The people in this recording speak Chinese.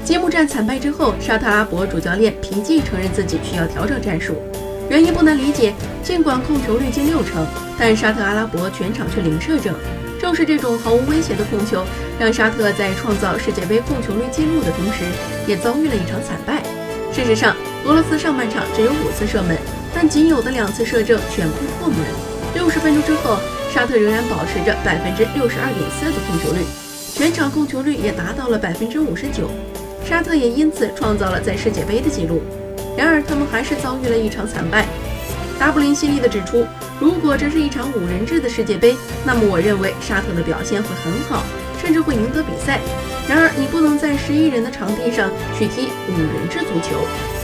揭幕战惨败之后，沙特阿拉伯主教练平静承认自己需要调整战术。原因不难理解，尽管控球率近60%，但沙特阿拉伯全场却零射正。正是这种毫无威胁的控球，让沙特在创造世界杯控球率纪录的同时，也遭遇了一场惨败。事实上，俄罗斯上半场只有5次射门，但仅有的2次射正全部破门。60分钟之后，沙特仍然保持着62.4%的控球率，全场控球率也达到了59%。沙特也因此创造了在世界杯的纪录。然而，他们还是遭遇了一场惨败。达布林犀利地指出，如果这是一场5人制的世界杯，那么我认为沙特的表现会很好，甚至会赢得比赛。然而，你不能在11人的场地上去踢5人制足球。